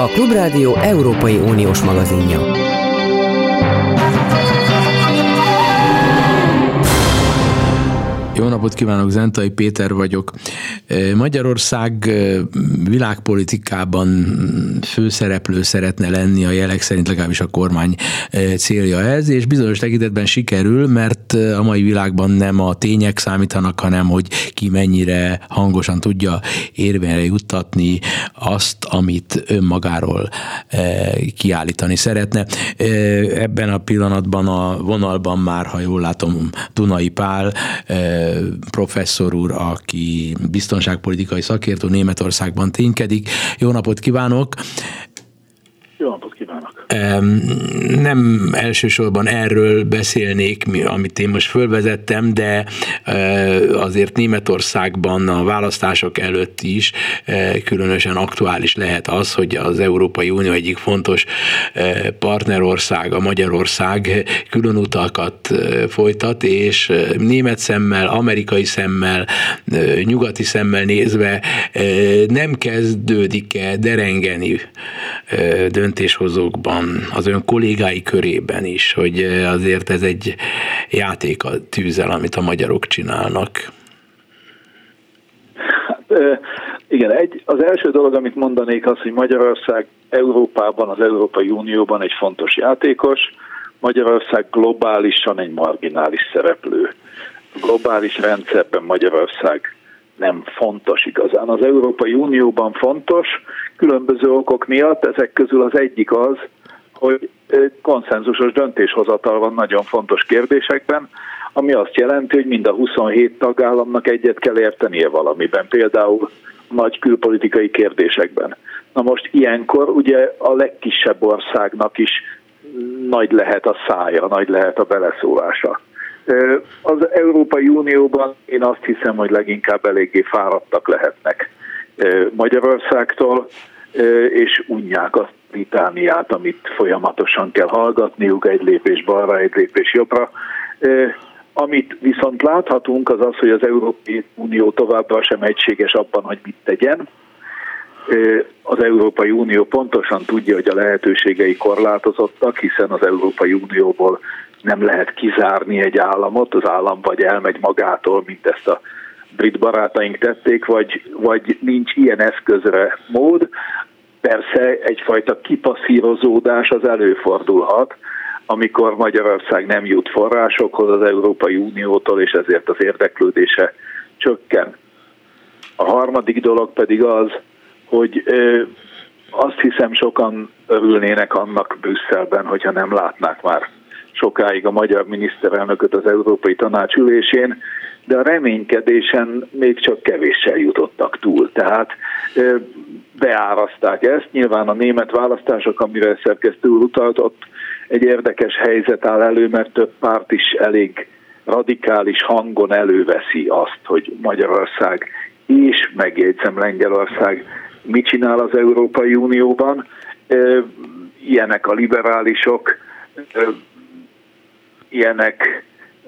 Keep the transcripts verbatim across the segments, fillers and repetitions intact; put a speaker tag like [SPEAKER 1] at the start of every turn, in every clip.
[SPEAKER 1] Klubrádió Európai Uniós magazinja.
[SPEAKER 2] Jó napot kívánok, Zentai Péter vagyok. Magyarország világpolitikában főszereplő szeretne lenni, a jelek szerint legalábbis a kormány célja ez, és bizonyos tekintetben sikerül, mert a mai világban nem a tények számítanak, hanem hogy ki mennyire hangosan tudja érvényre juttatni azt, amit önmagáról kiállítani szeretne. Ebben a pillanatban a vonalban már, ha jól látom, Dunai Pál professzor úr, aki biztonságpolitikai szakértő, Németországban ténykedik. Jó napot kívánok!
[SPEAKER 3] Jó napot kívánok!
[SPEAKER 2] Nem elsősorban erről beszélnék, amit én most fölvezettem, de azért Németországban a választások előtt is különösen aktuális lehet az, hogy az Európai Unió egyik fontos partnerország, a Magyarország külön utakat folytat, és német szemmel, amerikai szemmel, nyugati szemmel nézve nem kezdődik-e derengeni döntéshozókban, az ön kollégái körében is, hogy azért ez egy játék a tűzzel, amit a magyarok csinálnak?
[SPEAKER 3] Hát, igen, egy, az első dolog, amit mondanék, az, hogy Magyarország Európában, az Európai Unióban egy fontos játékos, Magyarország globálisan egy marginális szereplő. A globális rendszerben Magyarország nem fontos igazán. Az Európai Unióban fontos, különböző okok miatt, ezek közül az egyik az, hogy konszenzusos döntéshozatal van nagyon fontos kérdésekben, ami azt jelenti, hogy mind a huszonhét tagállamnak egyet kell értenie valamiben, például nagy külpolitikai kérdésekben. Na most ilyenkor ugye a legkisebb országnak is nagy lehet a szája, nagy lehet a beleszólása. Az Európai Unióban én azt hiszem, hogy leginkább eléggé fáradtak lehetnek Magyarországtól, és unják azt Britániát, amit folyamatosan kell hallgatniuk, egy lépés balra, egy lépés jobbra. Amit viszont láthatunk, az az, hogy az Európai Unió továbbra sem egységes abban, hogy mit tegyen. Az Európai Unió pontosan tudja, hogy a lehetőségei korlátozottak, hiszen az Európai Unióból nem lehet kizárni egy államot, az állam vagy elmegy magától, mint ezt a brit barátaink tették, vagy, vagy nincs ilyen eszközre mód. Persze egyfajta kipasszírozódás az előfordulhat, amikor Magyarország nem jut forrásokhoz az Európai Uniótól, és ezért az érdeklődése csökken. A harmadik dolog pedig az, hogy ö, azt hiszem sokan örülnének annak Brüsszelben, hogyha nem látnák már sokáig a magyar miniszterelnököt az Európai Tanács ülésén, de a reménykedésen még csak kevéssel jutottak túl. Tehát ö, beáraszták ezt. Nyilván a német választások, amire szerkesztő úr utalt, ott egy érdekes helyzet áll elő, mert több párt is elég radikális hangon előveszi azt, hogy Magyarország és megjegyzem Lengyelország mit csinál az Európai Unióban. Ilyenek a liberálisok, ilyenek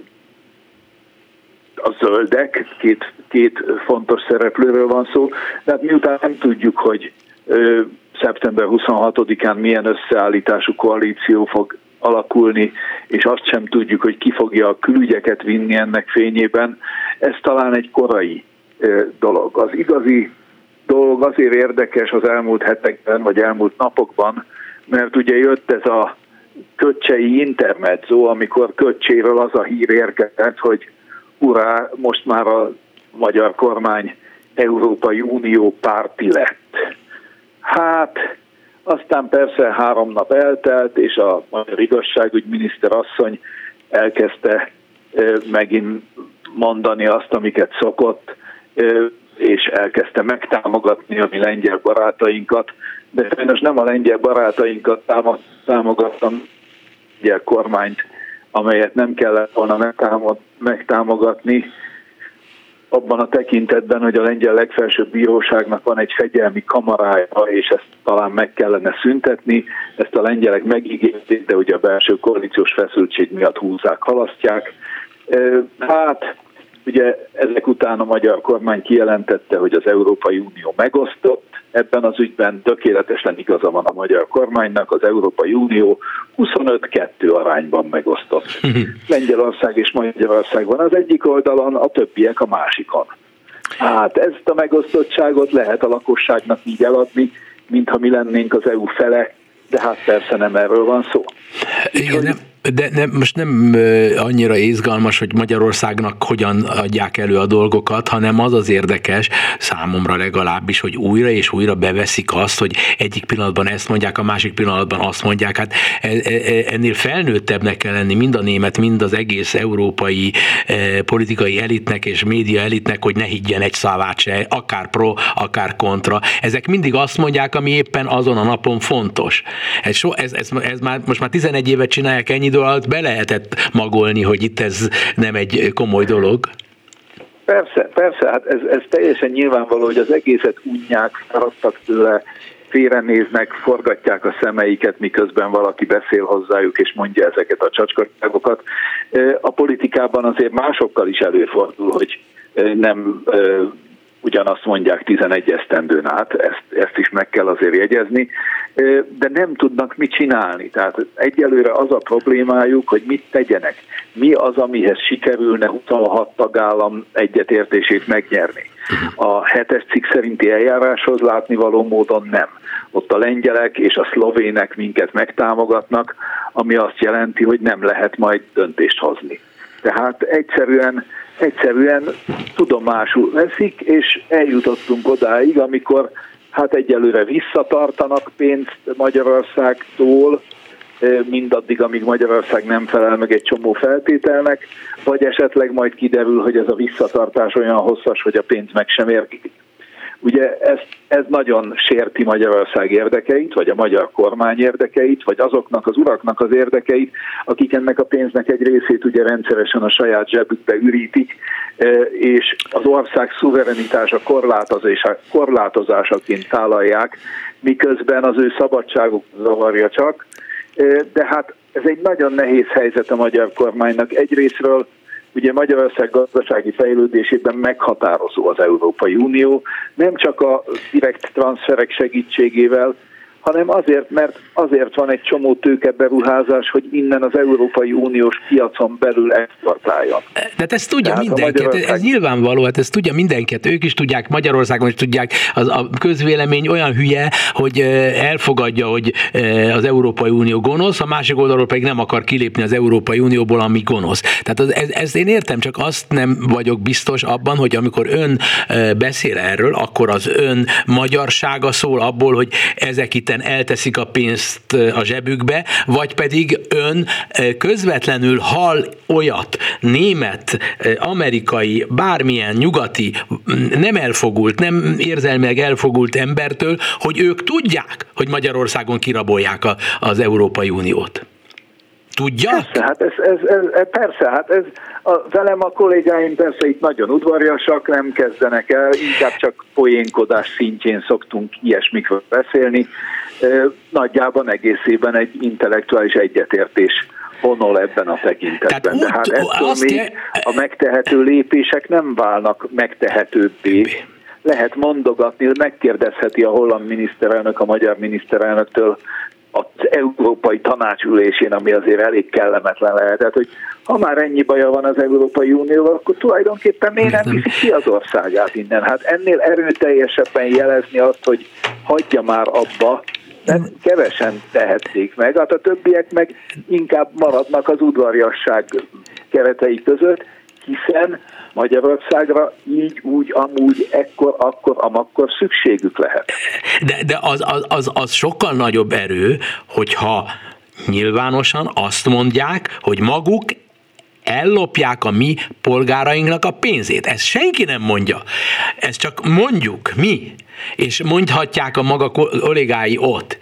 [SPEAKER 3] a zöldek, két, két fontos szereplőről van szó. Tehát miután nem tudjuk, hogy ö, szeptember huszonhatodikán milyen összeállítású koalíció fog alakulni, és azt sem tudjuk, hogy ki fogja a külügyeket vinni ennek fényében, ez talán egy korai ö, dolog. Az igazi dolog azért érdekes az elmúlt hetekben, vagy elmúlt napokban, mert ugye jött ez a köccsei intermezzo, amikor Köccséről az a hír érkezett, hogy urá, most már a magyar kormány Európai Unió párti lett. Hát, aztán persze három nap eltelt, és a magyar igazságügyminiszter asszony elkezdte megint mondani azt, amiket szokott, és elkezdte megtámogatni a mi lengyel barátainkat, de sajnos nem a lengyel barátainkat támogattam, a lengyel kormányt, amelyet nem kellett volna megtámogatni, abban a tekintetben, hogy a lengyel legfelsőbb bíróságnak van egy fegyelmi kamarája, és ezt talán meg kellene szüntetni. Ezt a lengyelek megígérték, de ugye a belső koalíciós feszültség miatt húzzák, halasztják. Hát Ugye ezek után a magyar kormány kijelentette, hogy az Európai Unió megosztott, ebben az ügyben tökéletesen igaza van a magyar kormánynak, az Európai Unió huszonöt kettő arányban megosztott. Lengyelország és Magyarország van az egyik oldalon, a többiek a másikon. Hát ezt a megosztottságot lehet a lakosságnak így eladni, mintha mi lennénk az é u fele, de hát persze nem erről van szó.
[SPEAKER 2] Igen, nem, de nem, most nem annyira izgalmas, hogy Magyarországnak hogyan adják elő a dolgokat, hanem az az érdekes, számomra legalábbis, hogy újra és újra beveszik azt, hogy egyik pillanatban ezt mondják, a másik pillanatban azt mondják. Hát ennél felnőttebbnek kell lenni mind a német, mind az egész európai politikai elitnek és média elitnek, hogy ne higgyen egy szavát se, akár pro, akár kontra. Ezek mindig azt mondják, ami éppen azon a napon fontos. Ez, so, ez, ez, ez már, most már tizenegy évet csinálják, ennyi idő alatt be lehetett magolni, hogy itt ez nem egy komoly dolog.
[SPEAKER 3] Persze, persze, hát ez, ez teljesen nyilvánvaló, hogy az egészet unják, feladtak tőle, félrenéznek, forgatják a szemeiket, miközben valaki beszél hozzájuk és mondja ezeket a csacskaságokat. A politikában azért másokkal is előfordul, hogy nem ugyanazt mondják tizenegy esztendőn át, ezt, ezt is meg kell azért jegyezni, de nem tudnak mit csinálni. Tehát egyelőre az a problémájuk, hogy mit tegyenek. Mi az, amihez sikerülne huszonhat tagállam egyetértését megnyerni. A hetes cikk szerinti eljáráshoz látnivaló módon nem. Ott a lengyelek és a szlovének minket megtámogatnak, ami azt jelenti, hogy nem lehet majd döntést hozni. Tehát egyszerűen egyszerűen tudomásul veszik, és eljutottunk odáig, amikor hát egyelőre visszatartanak pénzt Magyarországtól, mindaddig, amíg Magyarország nem felel meg egy csomó feltételnek, vagy esetleg majd kiderül, hogy ez a visszatartás olyan hosszas, hogy a pénz meg sem érkezik. Ugye ez, ez nagyon sérti Magyarország érdekeit, vagy a magyar kormány érdekeit, vagy azoknak az uraknak az érdekeit, akik ennek a pénznek egy részét ugye rendszeresen a saját zsebükbe ürítik, és az ország szuverenitása korlátozása, korlátozásaként tálalják, miközben az ő szabadságuk zavarja csak. De hát ez egy nagyon nehéz helyzet a magyar kormánynak. Egyrészről ugye Magyarország gazdasági fejlődésében meghatározó az Európai Unió, nem csak a direkt transferek segítségével, hanem azért, mert azért van egy csomó tőkeberuházás, hogy innen az Európai Uniós piacon belül exportáljon.
[SPEAKER 2] De ezt tudja Tehát mindenki, Magyarország... ez nyilvánvaló, hát ezt tudja mindenki, ők is tudják, Magyarországon is tudják, az, a közvélemény olyan hülye, hogy elfogadja, hogy az Európai Unió gonosz, a másik oldalról pedig nem akar kilépni az Európai Unióból, ami gonosz. Tehát az, ez, ezt én értem, csak azt nem vagyok biztos abban, hogy amikor ön beszél erről, akkor az ön magyarsága szól abból, hogy ezek itt elteszik a pénzt a zsebükbe, vagy pedig ön közvetlenül hall olyat, német, amerikai, bármilyen nyugati, nem elfogult, nem érzelmileg elfogult embertől, hogy ők tudják, hogy Magyarországon kirabolják a, az Európai Uniót. Tudja?
[SPEAKER 3] Persze, hát ez, ez, ez, ez, persze, hát ez a, velem a kollégáim persze itt nagyon udvariasak, nem kezdenek el, inkább csak poénkodás szintjén szoktunk ilyesmikről beszélni. Nagyjában egészében egy intellektuális egyetértés honol ebben a tekintetben. De hát ettől még a megtehető lépések nem válnak megtehetőbbé. Lehet mondogatni, megkérdezheti a holland miniszterelnök a magyar miniszterelnöktől az Európai Tanács ülésén, ami azért elég kellemetlen lehetett, hogy ha már ennyi baja van az Európai Unióval, akkor tulajdonképpen miért nem viszi ki az országát innen? Hát ennél erőteljesebben jelezni azt, hogy hagyja már abba, nem kevesen tehették meg, hát a többiek meg inkább maradnak az udvariasság keretei között, hiszen Magyarországra így, úgy, amúgy, ekkor, akkor, amakkor szükségük lehet.
[SPEAKER 2] De, de az, az, az, az sokkal nagyobb erő, hogyha nyilvánosan azt mondják, hogy maguk ellopják a mi polgárainknak a pénzét. Ezt senki nem mondja. Ezt csak mondjuk mi, és mondhatják a maga kollégái ott.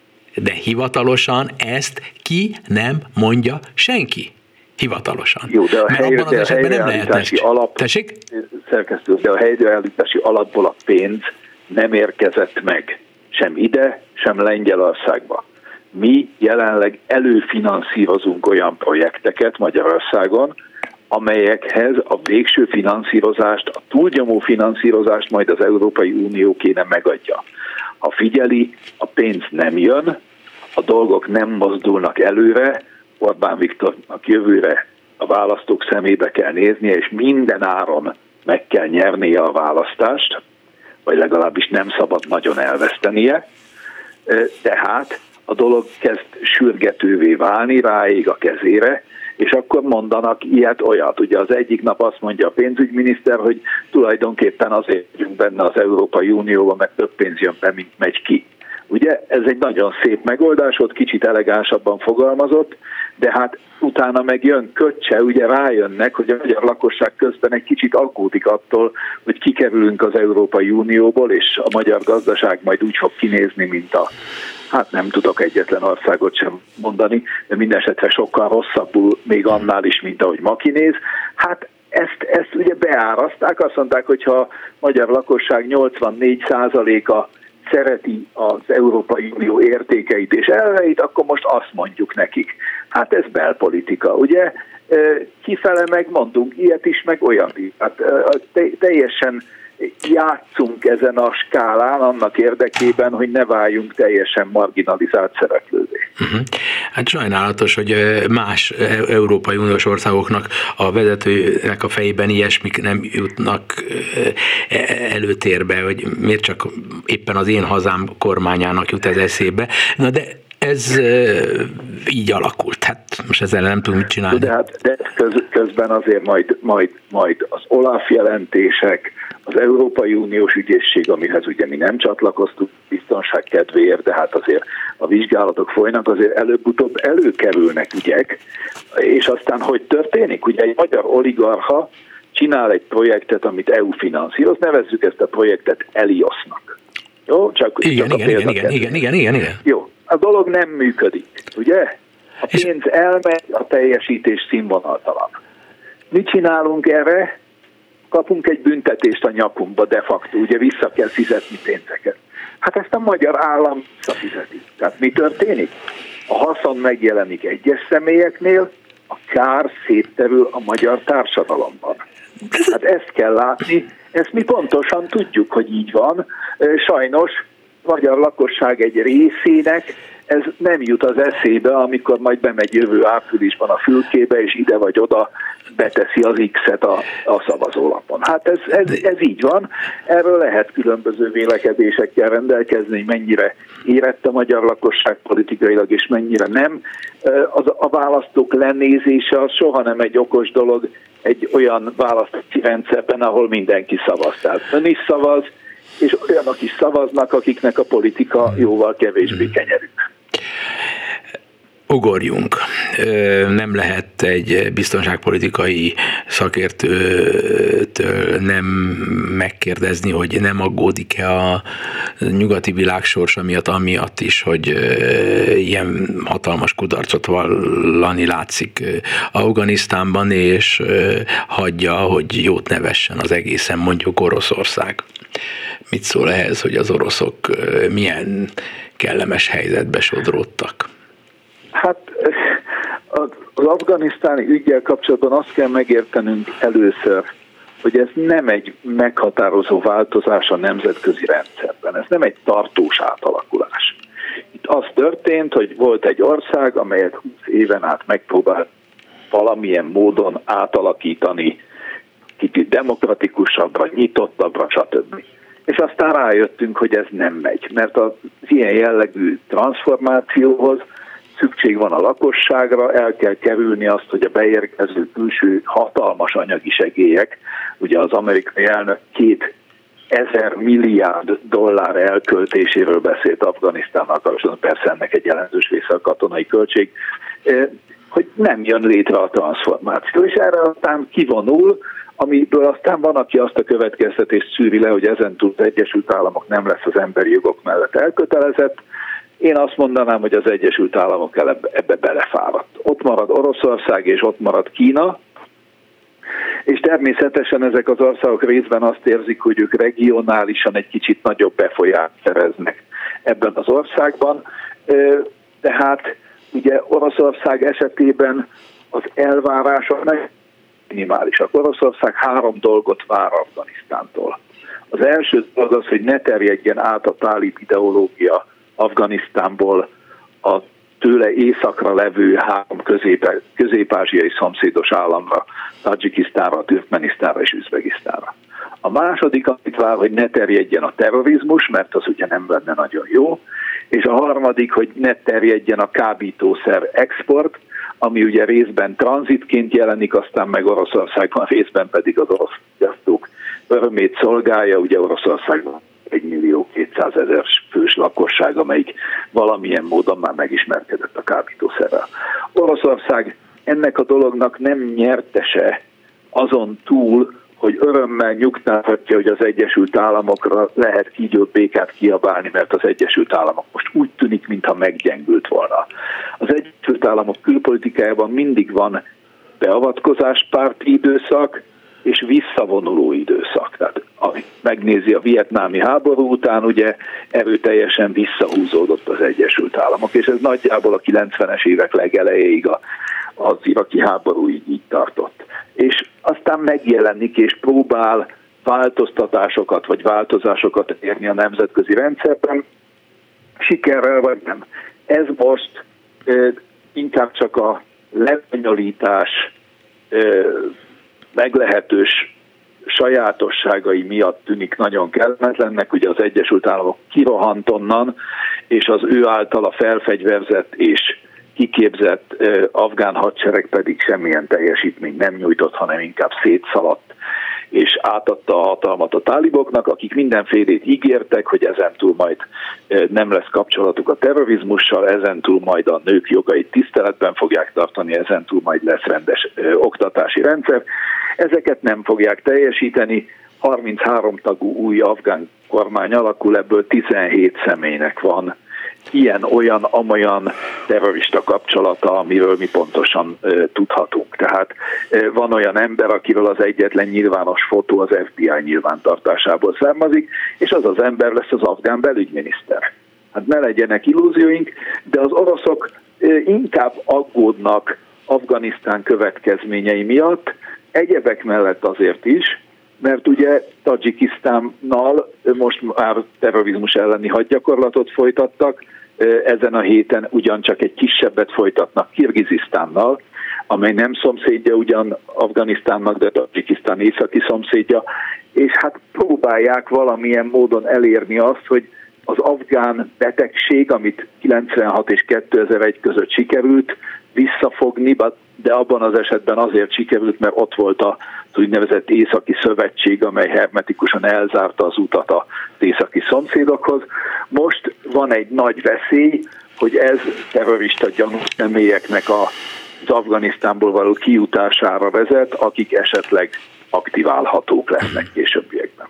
[SPEAKER 2] De hivatalosan ezt ki nem mondja senki. Hivatalosan.
[SPEAKER 3] Jó, de a
[SPEAKER 2] Mert abban az esetben nem lehetne.
[SPEAKER 3] Alap,
[SPEAKER 2] Tessék?
[SPEAKER 3] Szerkesztő, de a helyreállítási alapból a pénz nem érkezett meg sem ide, sem Lengyelországba. Mi jelenleg előfinanszírozunk olyan projekteket Magyarországon, amelyekhez a végső finanszírozást, a túlnyomó finanszírozást majd az Európai Unió kéne megadja. Ha figyeli, a pénz nem jön, a dolgok nem mozdulnak előre, Orbán Viktornak jövőre a választók szemébe kell néznie, és minden áron meg kell nyernie a választást, vagy legalábbis nem szabad nagyon elvesztenie. Tehát a dolog kezd sürgetővé válni, ráég a kezére, és akkor mondanak ilyet, olyat. Ugye az egyik nap azt mondja a pénzügyminiszter, hogy tulajdonképpen azért vagyunk benne az Európai Unióban, mert több pénz jön be, mint megy ki. Ugye ez egy nagyon szép megoldás, ott kicsit elegánsabban fogalmazott, de hát utána meg jön köccse, ugye rájönnek, hogy a magyar lakosság közben egy kicsit aggódik attól, hogy kikerülünk az Európai Unióból, és a magyar gazdaság majd úgy fog kinézni, mint a, hát nem tudok egyetlen országot sem mondani, de minden esetre sokkal rosszabbul még annál is, mint ahogy ma kinéz. Hát ezt, ezt ugye beáraszták, azt mondták, hogy ha a magyar lakosság nyolcvannégy százaléka szereti az Európai Unió értékeit és elveit, akkor most azt mondjuk nekik. Hát ez belpolitika, ugye? Kifele meg mondunk ilyet is, meg olyat is. Hát teljesen játszunk ezen a skálán annak érdekében, hogy ne váljunk teljesen marginalizált szereplővé.
[SPEAKER 2] Uh-huh. Hát sajnálatos, hogy más Európai Uniós országoknak a vezetőnek a fejében ilyesmik nem jutnak előtérbe, hogy miért csak éppen az én hazám kormányának jut ez eszébe. Na de ez így alakult. Hát most ezzel nem tudunk mit csinálni.
[SPEAKER 3] De hát de köz, közben azért majd, majd, majd az OLAF jelentések, az Európai Uniós ügyészség, amihez ugye mi nem csatlakoztunk biztonság kedvéért, de hát azért a vizsgálatok folynak, azért előbb-utóbb előkerülnek ügyek, és aztán hogy történik? Ugye egy magyar oligarcha csinál egy projektet, amit é u finanszíroz, nevezzük ezt a projektet Eliosznak. Jó? Csak,
[SPEAKER 2] igen,
[SPEAKER 3] csak
[SPEAKER 2] igen, igen, igen, igen, igen, igen, igen.
[SPEAKER 3] Jó. A dolog nem működik, ugye? A pénz elmegy, a teljesítés színvonaltalan. Mit csinálunk erre? Kapunk egy büntetést a nyakunkba de facto, ugye vissza kell fizetni pénzeket. Hát ezt a magyar állam visszafizeti. Tehát mi történik? A haszon megjelenik egyes személyeknél, a kár szétterül a magyar társadalomban. Hát ezt kell látni, ezt mi pontosan tudjuk, hogy így van. Sajnos a magyar lakosság egy részének ez nem jut az eszébe, amikor majd bemegy jövő áprilisban a fülkébe, és ide vagy oda beteszi az X-et a, a szavazólapon. Hát ez, ez, ez így van. Erről lehet különböző vélekedésekkel rendelkezni, hogy mennyire érett a magyar lakosság politikailag, és mennyire nem. Az, a választók lenézése az soha nem egy okos dolog egy olyan választási rendszerben, ahol mindenki szavaz. Tehát ön is szavaz, és olyanok is szavaznak, akiknek a politika jóval kevésbé kenyerű.
[SPEAKER 2] Ugorjunk. Nem lehet egy biztonságpolitikai szakértőtől nem megkérdezni, hogy nem aggódik-e a nyugati világ sorsa miatt, amiatt is, hogy ilyen hatalmas kudarcot vallani látszik Afganisztánban, és hagyja, hogy jót nevessen az egészen, mondjuk Oroszország. Mit szól ehhez, hogy az oroszok milyen kellemes helyzetbe sodródtak?
[SPEAKER 3] Hát az afganisztáni üggyel kapcsolatban azt kell megértenünk először, hogy ez nem egy meghatározó változás a nemzetközi rendszerben, ez nem egy tartós átalakulás. Itt az történt, hogy volt egy ország, amelyet húsz éven át megpróbált valamilyen módon átalakítani, kicsit demokratikusabbra, nyitottabbra, stb. És aztán rájöttünk, hogy ez nem megy, mert az ilyen jellegű transformációhoz szükség van a lakosságra, el kell kerülni azt, hogy a beérkező külső hatalmas anyagi segélyek, ugye az amerikai elnök két ezer milliárd dollár elköltéséről beszélt Afganisztánnal kapcsolatban, persze ennek egy jelentős része a katonai költség, hogy nem jön létre a transformáció, és erre aztán kivonul, amiből aztán van, aki azt a következtetést szűri le, hogy ezentúl az Egyesült Államok nem lesz az emberi jogok mellett elkötelezett. Én azt mondanám, hogy az Egyesült Államok ebbe belefáradt. Ott marad Oroszország, és ott marad Kína, és természetesen ezek az országok részben azt érzik, hogy ők regionálisan egy kicsit nagyobb befolyást szereznek ebben az országban. Tehát ugye Oroszország esetében az elvárások minimálisak. Oroszország három dolgot vár Afganisztántól. Az első dolog az, hogy ne terjedjen át a tálib ideológia Afganisztánból a tőle északra levő három közép- közép-ázsiai szomszédos államra, Tadzsikisztánra, Türkmenisztánra és Üzbegisztánra. A második, amit vár, hogy ne terjedjen a terrorizmus, mert az ugye nem lenne nagyon jó, és a harmadik, hogy ne terjedjen a kábítószer export, ami ugye részben tranzitként jelenik, aztán meg Oroszországban, részben pedig az orosz fogyasztók örömét szolgálja, ugye Oroszországban egy millió kétszázezer fős lakosság, amelyik valamilyen módon már megismerkedett a kábítószerrel. Oroszország ennek a dolognak nem nyertese azon túl, hogy örömmel nyugtázhatja, hogy az Egyesült Államokra lehet kígyót békát kiabálni, mert az Egyesült Államok most úgy tűnik, mintha meggyengült volna. Az Egyesült Államok külpolitikájában mindig van beavatkozáspárti időszak és visszavonuló időszak. Tehát ami megnézi a vietnámi háború után, ugye erőteljesen visszahúzódott az Egyesült Államok, és ez nagyjából a kilencvenes évek legelejéig a, az iraki háború így, így tartott. És aztán megjelenik és próbál változtatásokat vagy változásokat érni a nemzetközi rendszerben, sikerrel vagy nem. Ez most e, inkább csak a lebonyolítás e, meglehetős sajátosságai miatt tűnik nagyon kellemetlennek, ugye az Egyesült Államok kirohant onnan, és az ő általa felfegyverzett és kiképzett eh, afgán hadsereg pedig semmilyen teljesítményt nem nyújtott, hanem inkább szétszaladt, és átadta a hatalmat a táliboknak, akik mindenfélét ígértek, hogy ezentúl majd eh, nem lesz kapcsolatuk a terrorizmussal, ezentúl majd a nők jogait tiszteletben fogják tartani, ezentúl majd lesz rendes eh, oktatási rendszer. Ezeket nem fogják teljesíteni, harminchárom tagú új afgán kormány alakul, ebből tizenhét személynek van ilyen-olyan, amolyan terrorista kapcsolata, amiről mi pontosan e, tudhatunk. Tehát e, van olyan ember, akiről az egyetlen nyilvános fotó az ef bé i nyilvántartásából származik, és az az ember lesz az afgán belügyminiszter. Hát ne legyenek illúzióink, de az oroszok e, inkább aggódnak Afganisztán következményei miatt, egyebek mellett azért is, mert ugye Tadzsikisztánnal most már terrorizmus elleni hadgyakorlatot folytattak, ezen a héten ugyancsak egy kisebbet folytatnak Kirgizisztánnal, amely nem szomszédja ugyan Afganisztánnak, de Tadzsikisztán északi szomszédja, és hát próbálják valamilyen módon elérni azt, hogy az afgán betegség, amit kilencvenhat és kétezer-egy között sikerült visszafogni, de abban az esetben azért sikerült, mert ott volt az úgynevezett északi szövetség, amely hermetikusan elzárta az utat az északi szomszédokhoz. Most van egy nagy veszély, hogy ez terrorista gyanús személyeknek az Afganisztánból való kijutására vezet, akik esetleg aktiválhatók lesznek későbbiekben.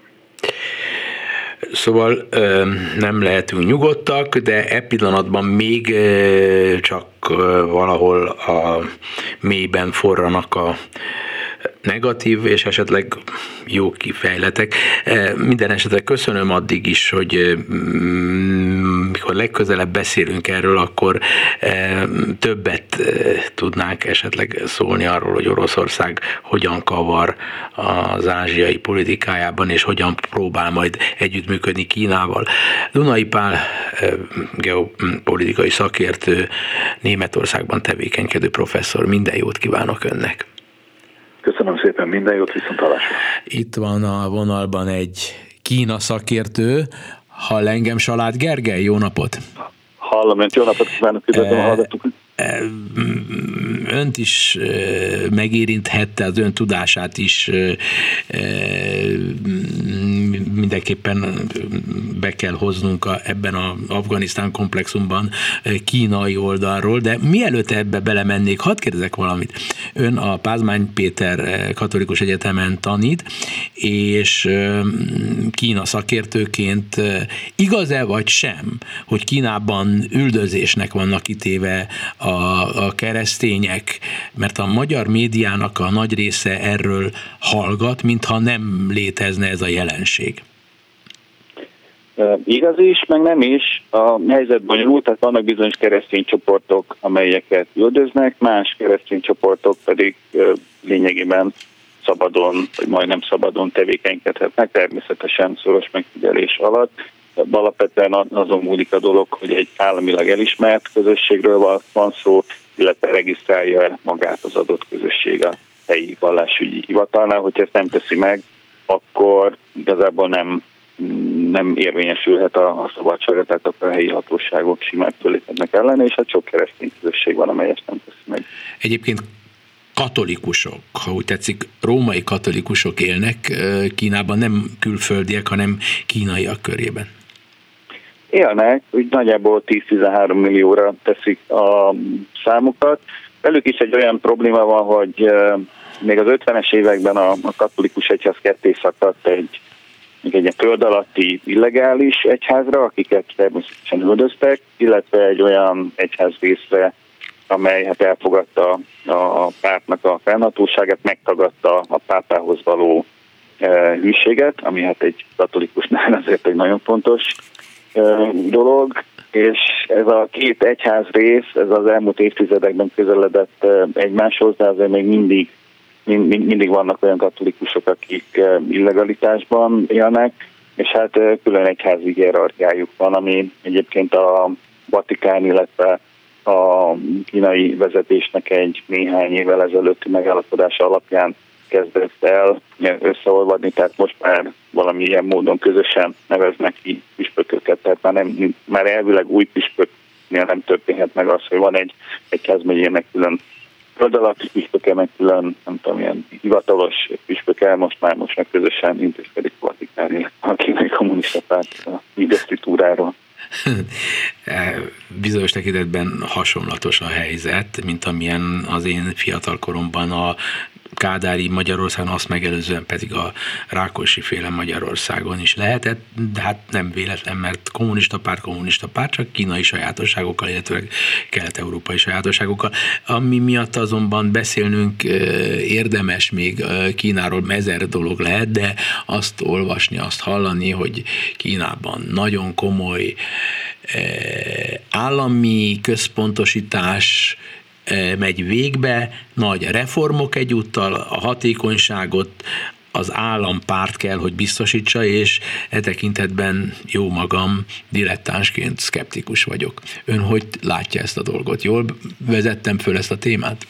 [SPEAKER 2] Szóval nem lehetünk nyugodtak, de e pillanatban még csak valahol a mélyben forranak a negatív és esetleg jó kifejletek. Minden esetre köszönöm addig is, hogy mikor legközelebb beszélünk erről, akkor többet tudnánk esetleg szólni arról, hogy Oroszország hogyan kavar az ázsiai politikájában, és hogyan próbál majd együttműködni Kínával. Dunai Pál geopolitikai szakértő, Németországban tevékenykedő professzor, minden jót kívánok önnek!
[SPEAKER 3] Köszönöm szépen, minden jót, viszonthallásra.
[SPEAKER 2] Itt van a vonalban egy Kína szakértő, hall engem Salád Gergely, jó napot!
[SPEAKER 4] Hallom, önt, jó napot kívánok, üdvözlöm a hallgatókat!
[SPEAKER 2] Önt is megérinthette, az ön tudását is mindenképpen be kell hoznunk a, ebben az Afganisztán komplexumban kínai oldalról, de mielőtt ebbe belemennék, hadd kérdezek valamit. Ön a Pázmány Péter Katolikus Egyetemen tanít, és Kína szakértőként igaz-e vagy sem, hogy Kínában üldözésnek vannak kitéve a, a keresztények, mert a magyar médiának a nagy része erről hallgat, mintha nem létezne ez a jelenség.
[SPEAKER 4] Igaz is, meg nem is. A helyzet bonyolult, tehát vannak bizonyos keresztény csoportok, amelyeket üldöznek, más keresztény csoportok pedig lényegében szabadon, vagy majdnem szabadon tevékenykedhetnek, természetesen szoros megfigyelés alatt. Alapvetően azon múlik a dolog, hogy egy államilag elismert közösségről van szó, illetve regisztrálja magát az adott közösség a helyi vallásügyi hivatalnál. Hogyha ezt nem teszi meg, akkor igazából nem, nem érvényesülhet a, a szabadsága, tehát akkor a helyi hatóságok simán föléphetnek ellene, és hát sok keresztény közösség van, amely ezt nem teszi meg.
[SPEAKER 2] Egyébként katolikusok, ha úgy tetszik, római katolikusok élnek Kínában, nem külföldiek, hanem kínaiak körében.
[SPEAKER 4] Élnek, úgy nagyjából tíz-tizenhárom millióra teszik a számukat. Velük is egy olyan probléma van, hogy még az ötvenes években a, a katolikus egyház ketté szakadt egy, egy, egy föld alatti illegális egyházra, akiket természetesen üldöztek, illetve egy olyan egyház részre, amely hát elfogadta a pártnak a fennhatóságát, megtagadta a pápához való e, hűséget, ami hát egy katolikusnál azért egy nagyon fontos e, dolog, és ez a két egyház rész, ez az elmúlt évtizedekben közeledett e, egymáshoz, de azért még mindig, mind, mindig vannak olyan katolikusok, akik e, illegalitásban élnek, és hát e, külön egyházi hierarchiájuk van, ami egyébként a Vatikán, illetve a kínai vezetésnek egy néhány évvel ezelőtti megállapodása alapján kezdett el összeolvadni, tehát most már valamilyen módon közösen neveznek ki püspököket, tehát már, nem, már elvileg új püspöknél nem történhet meg az, hogy van egy egyházmegyének külön föld alatti püspöke, meg külön, nem tudom, ilyen hivatalos püspöke, most már most már közösen intézkedik a Vatikán, a kínai kommunista párt a investitúráról.
[SPEAKER 2] Bizonyos tekintetben hasonlatos a helyzet, mint amilyen az én fiatal koromban a kádári Magyarországon, azt megelőzően pedig a Rákosi féle Magyarországon is lehetett, de hát nem véletlen, mert kommunista párt, kommunista párt, csak kínai sajátosságokkal, illetve kelet-európai sajátosságokkal. Ami miatt azonban beszélnünk érdemes még Kínáról, ezer dolog lehet, de azt olvasni, azt hallani, hogy Kínában nagyon komoly állami központosítás megy végbe, nagy reformok egyúttal, a hatékonyságot az állampárt kell, hogy biztosítsa, és e tekintetben jó magam dilettánsként szkeptikus vagyok. Ön hogy látja ezt a dolgot? Jól vezettem föl ezt a témát?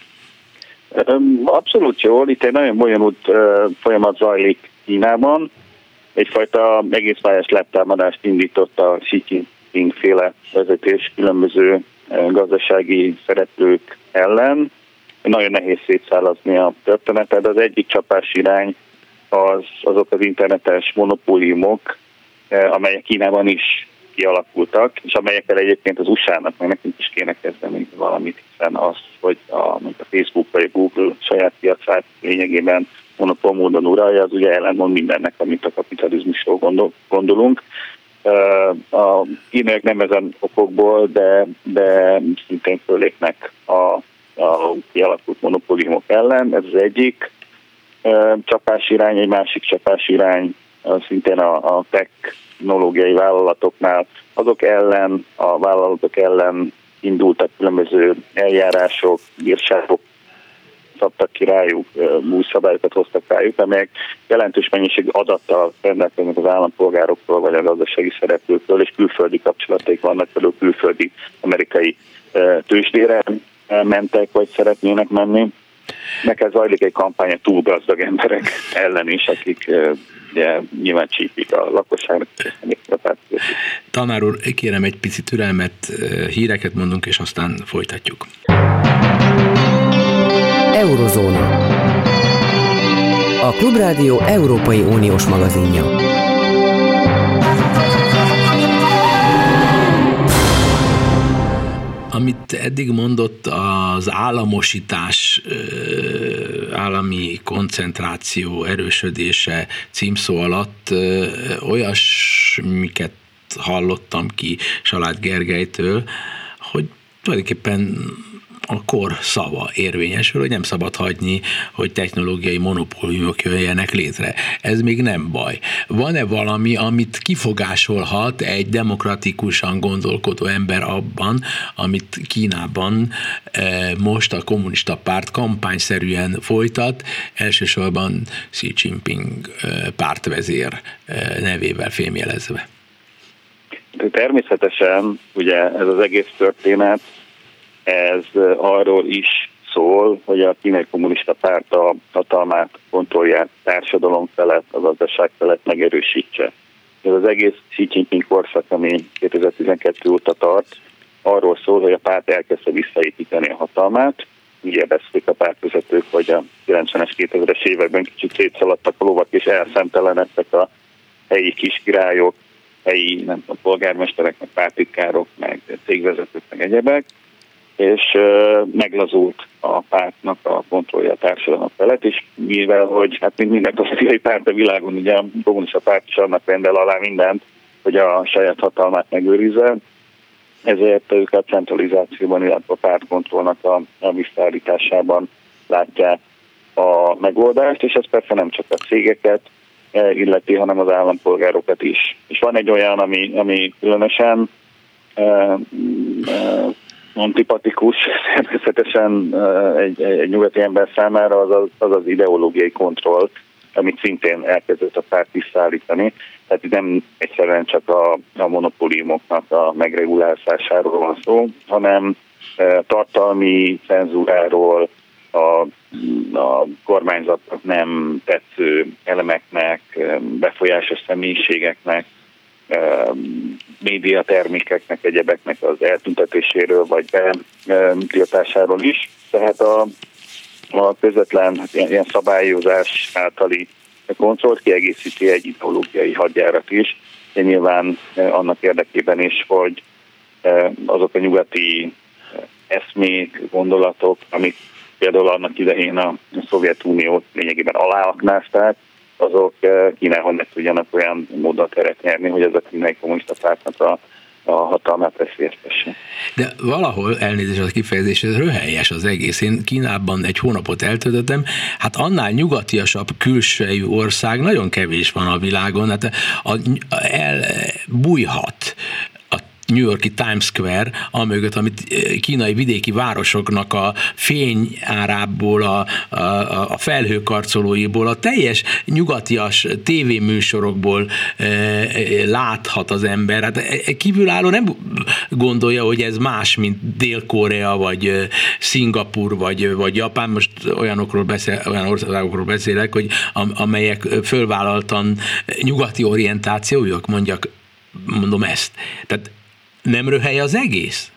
[SPEAKER 4] Abszolút jól. Itt egy nagyon bonyolult folyamat zajlik Kínában. Egyfajta egész pályás leptámadást indított a Xi Jinping féle vezetés különböző gazdasági szereplők ellen. Nagyon nehéz szétszállazni a történetet. Az egyik csapás irány az, azok az internetes monopóliumok, amelyek Kínában is kialakultak, és amelyekkel egyébként az u es á-nak, meg nekünk is kéne kezdeni valamit, hiszen az, hogy a, a Facebook vagy a Google saját piacát lényegében monopól módon uralja, az ugye ellentmond mindennek, amit a kapitalizmusról gondol, gondolunk. A kínaiak nem ezen okokból, de, de szintén fölépnek a, a kialakult monopóliumok ellen. Ez az egyik csapás irány, egy másik csapás irány szintén a, a technológiai vállalatoknál. Azok ellen, a vállalatok ellen indultak különböző eljárások, bírságok, szabtak ki rájuk, új szabályokat hoztak rájuk, amelyek jelentős mennyiségű adattal rendelkeznek az állampolgárokról, vagy a gazdasági szereplőkről, és külföldi kapcsolataik vannak, például külföldi amerikai tőzsdére mentek, vagy szeretnének menni. Neked zajlik egy kampány a túl gazdag emberek ellen is, akik ugye, nyilván csípik a lakosságnak.
[SPEAKER 2] Tanár úr, kérem egy pici türelmet, híreket mondunk, és aztán folytatjuk.
[SPEAKER 1] Eurozóna. A Klubrádió Európai Uniós magazinja.
[SPEAKER 2] Amit eddig mondott, az államosítás, állami koncentráció erősödése címszó alatt olyasmiket hallottam ki Salád Gergelytől, hogy tulajdonképpen a kor szava érvényesül, hogy nem szabad hagyni, hogy technológiai monopóliumok jöjjenek létre. Ez még nem baj. Van-e valami, amit kifogásolhat egy demokratikusan gondolkodó ember abban, amit Kínában most a kommunista párt kampányszerűen folytat, elsősorban Xi Jinping pártvezér nevével fémjelezve?
[SPEAKER 4] Természetesen ugye ez az egész történet, ez arról is szól, hogy a kínai kommunista párt a hatalmát, kontrollját társadalom felett, a gazdaság felett megerősítse. Ez az egész Xi Jinping korszak, ami kétezer-tizenkettő óta tart, arról szól, hogy a párt elkezdte visszaépíteni a hatalmát. Ugye beszélik a pártvezetők, hogy a kilencvenes, kétezres években kicsit szétszaladtak a lovak, és elszentelenedtek a helyi kiskirályok, helyi nem tudom, polgármesterek, meg pártitkárok, meg cégvezetők, meg egyebek, és uh, meglazult a pártnak a kontrollja a társadalom felett, és mivel, hogy hát mint minden politikai párt a világon, ugye a kommunista párt is annak rendel alá mindent, hogy a saját hatalmát megőrizze, ezért ők a centralizációban, illetve a pártkontrollnak a, a visszaállításában látják a megoldást, és ez persze nem csak a cégeket illeti, hanem az állampolgárokat is. És van egy olyan, ami, ami különösen uh, uh, antipatikus, természetesen uh, egy, egy nyugati ember számára az az, az az ideológiai kontroll, amit szintén elkezdett a párt visszaállítani. Tehát itt nem egyszerűen csak a, a monopóliumoknak a megregulázásáról van szó, hanem uh, tartalmi cenzúráról, a, a kormányzatnak nem tetsző elemeknek, befolyásos személyiségeknek, médiatermékeknek, egyebeknek az eltüntetéséről vagy betiltásáról is. Tehát a, a közvetlen hát ilyen szabályozás általi kontrollt kiegészíti egy ideológiai hadjárat is, de nyilván annak érdekében is, hogy azok a nyugati eszmék, gondolatok, amik például annak idején a Szovjetuniót lényegében aláaknázták, azok Kínában ne tudjanak olyan módon teret nyerni, hogy ez a kínai kommunista pártnak a, a hatalmát veszélyeztesse.
[SPEAKER 2] De valahol, elnézést az kifejezés, ez röhelyes az egész. Én Kínában egy hónapot eltöltöttem, hát annál nyugatiasabb külsejű ország nagyon kevés van a világon, hát a, a, elbújhat New York-i Times Square, amögött, amit kínai vidéki városoknak a fényárából, a, a, a felhőkarcolóiból, a teljes nyugatias tévéműsorokból e, láthat az ember. Hát kívülálló nem gondolja, hogy ez más, mint Dél-Korea, vagy Szingapur, vagy, vagy Japán. Most olyanokról beszél, olyan országokról beszélek, hogy amelyek fölvállaltan nyugati orientációjuk, mondjak, mondom ezt. Tehát nem röhely az egész?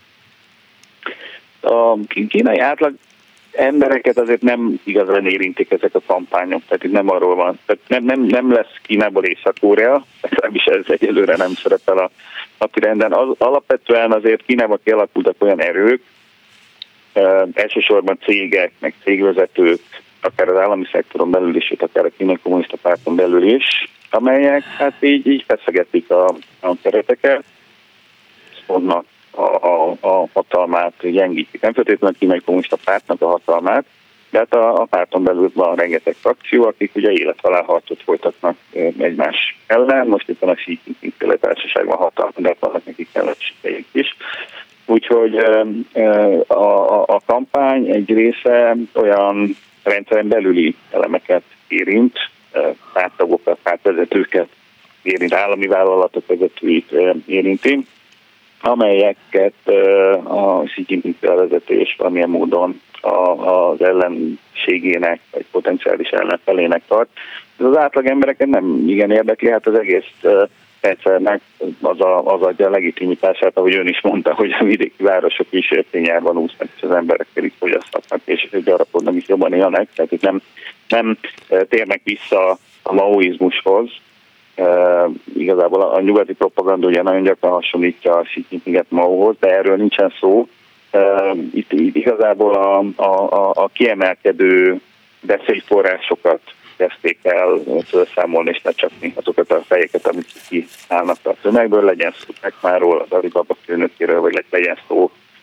[SPEAKER 4] A kínai átlag embereket azért nem igazán érintik ezek a kampányok, tehát itt nem arról van. Tehát nem, nem, nem lesz Kínából Észak-Korea, legalábbis ez egyelőre nem szerepel a napirenden. Az, alapvetően azért Kínában kialakultak olyan erők, e, elsősorban cégek, meg cégvezetők, akár az állami szektoron belül is, akár a kínai kommunista párton belül is, amelyek hát így, így feszegetik a, a kereteket, szólnak a, a, a hatalmát, gyengítik. Nem feltétlenül a kínai kommunista pártnak a hatalmát, de hát a, a párton belül van rengeteg frakció, akik ugye élethalálharcot folytatnak egymás ellen. Most itt a Xi Jinping társaságban hatalma, de vannak nekik ellenségeik is. Úgyhogy a, a, a kampány egy része olyan rendszeren belüli elemeket érint, párttagokat, pártvezetőket érint, állami vállalatok vezetőit érinti, amelyeket a Xi Jinping vezetés valamilyen módon az ellenségének, vagy potenciális ellenfelének tart. Ez az átlag embereket nem igen érdekli, hát az egész rendszernek az, a, az adja a legitimitását, ahogy ön is mondta, hogy a vidéki városok is tényárban úsznak, és az emberek pedig fogyaszthatnak, és gyarapodnak is jobban élnek, tehát itt nem, nem térnek vissza a maoizmushoz. Uh, igazából a, a nyugati propaganda ugye nagyon gyakran hasonlítja a Xi Jinpinget Maohoz, de erről nincsen szó. Uh, itt, itt igazából a, a, a, a kiemelkedő beszédforrásokat kezdték el felszámolni, és ne csak azokat a fejeket, amit kiállnak a tömegből, legyen szó Megmáról, az Alibaba főnökéről, vagy legyen szó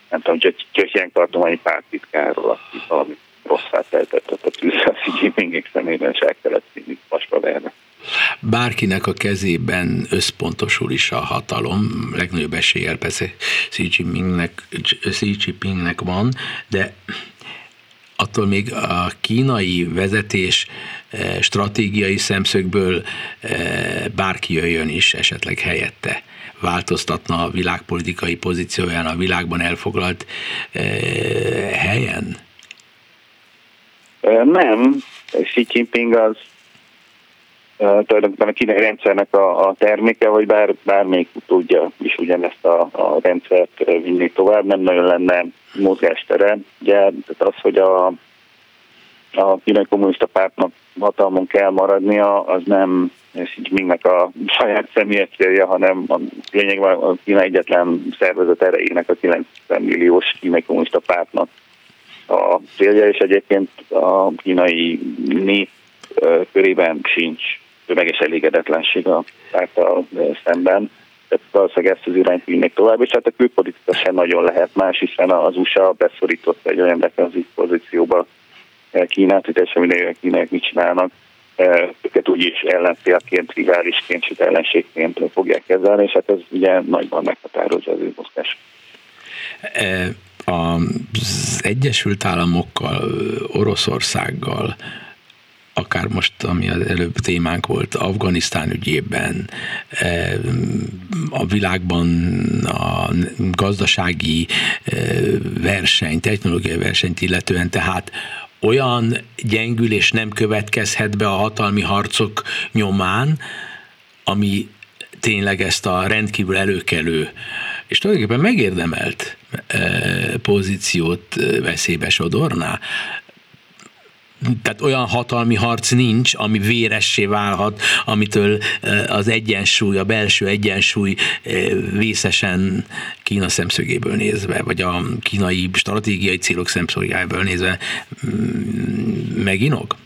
[SPEAKER 4] nem tudom, Zhejiang tartományi pártitkárról, aki valami rosszát eltetett a tűzre a Xi Jinpingék szemében, és el kellett vinni vasba verni.
[SPEAKER 2] Bárkinek a kezében összpontosul is a hatalom, legnagyobb eséllyel persze Xi Jinpingnek, Xi Jinpingnek van, de attól még a kínai vezetés stratégiai szemszögből bárki jöjjön is esetleg helyette, változtatna a világpolitikai pozícióján, a világban elfoglalt helyen?
[SPEAKER 4] Nem, Xi Jinping az Uh, tulajdonképpen a kínai rendszernek a, a terméke, hogy bár, bármelyik tudja is ugyanezt a, a rendszert vinni tovább, nem nagyon lenne mozgástere. Ugye az, hogy a, a kínai kommunista pártnak hatalmon kell maradnia, az nem Xi Jinpingnek a saját személyes célja, hanem a lényegben a Kína egyetlen szervezet erejének, a kilencven milliós kínai kommunista pártnak a célja, és egyébként a kínai nép körében sincs tömeges elégedetlenség a párttal szemben. Tehát valószínűleg ezt az irányt vinnék tovább, és hát a külpolitika sem nagyon lehet más, hiszen az u es á beszorította egy olyan defenzív pozícióba Kínát, hogy teljesen mindegy, kínaiak mit csinálnak. Őket úgyis ellenfélként, riválisként, sőt ellenségként fogják kezelni, és hát ez ugye nagyban meghatározza az ő mozgás.
[SPEAKER 2] Az Egyesült Államokkal, Oroszországgal, akár most, ami az előbb témánk volt, Afganisztán ügyében, a világban a gazdasági verseny, technológiai versenyt illetően, tehát olyan gyengülés nem következhet be a hatalmi harcok nyomán, ami tényleg ezt a rendkívül előkelő és tulajdonképpen megérdemelt pozíciót veszélybe sodorná. Tehát olyan hatalmi harc nincs, ami véressé válhat, amitől az egyensúly, a belső egyensúly vészesen Kína szemszögéből nézve, vagy a kínai stratégiai célok szemszögéből nézve meginog?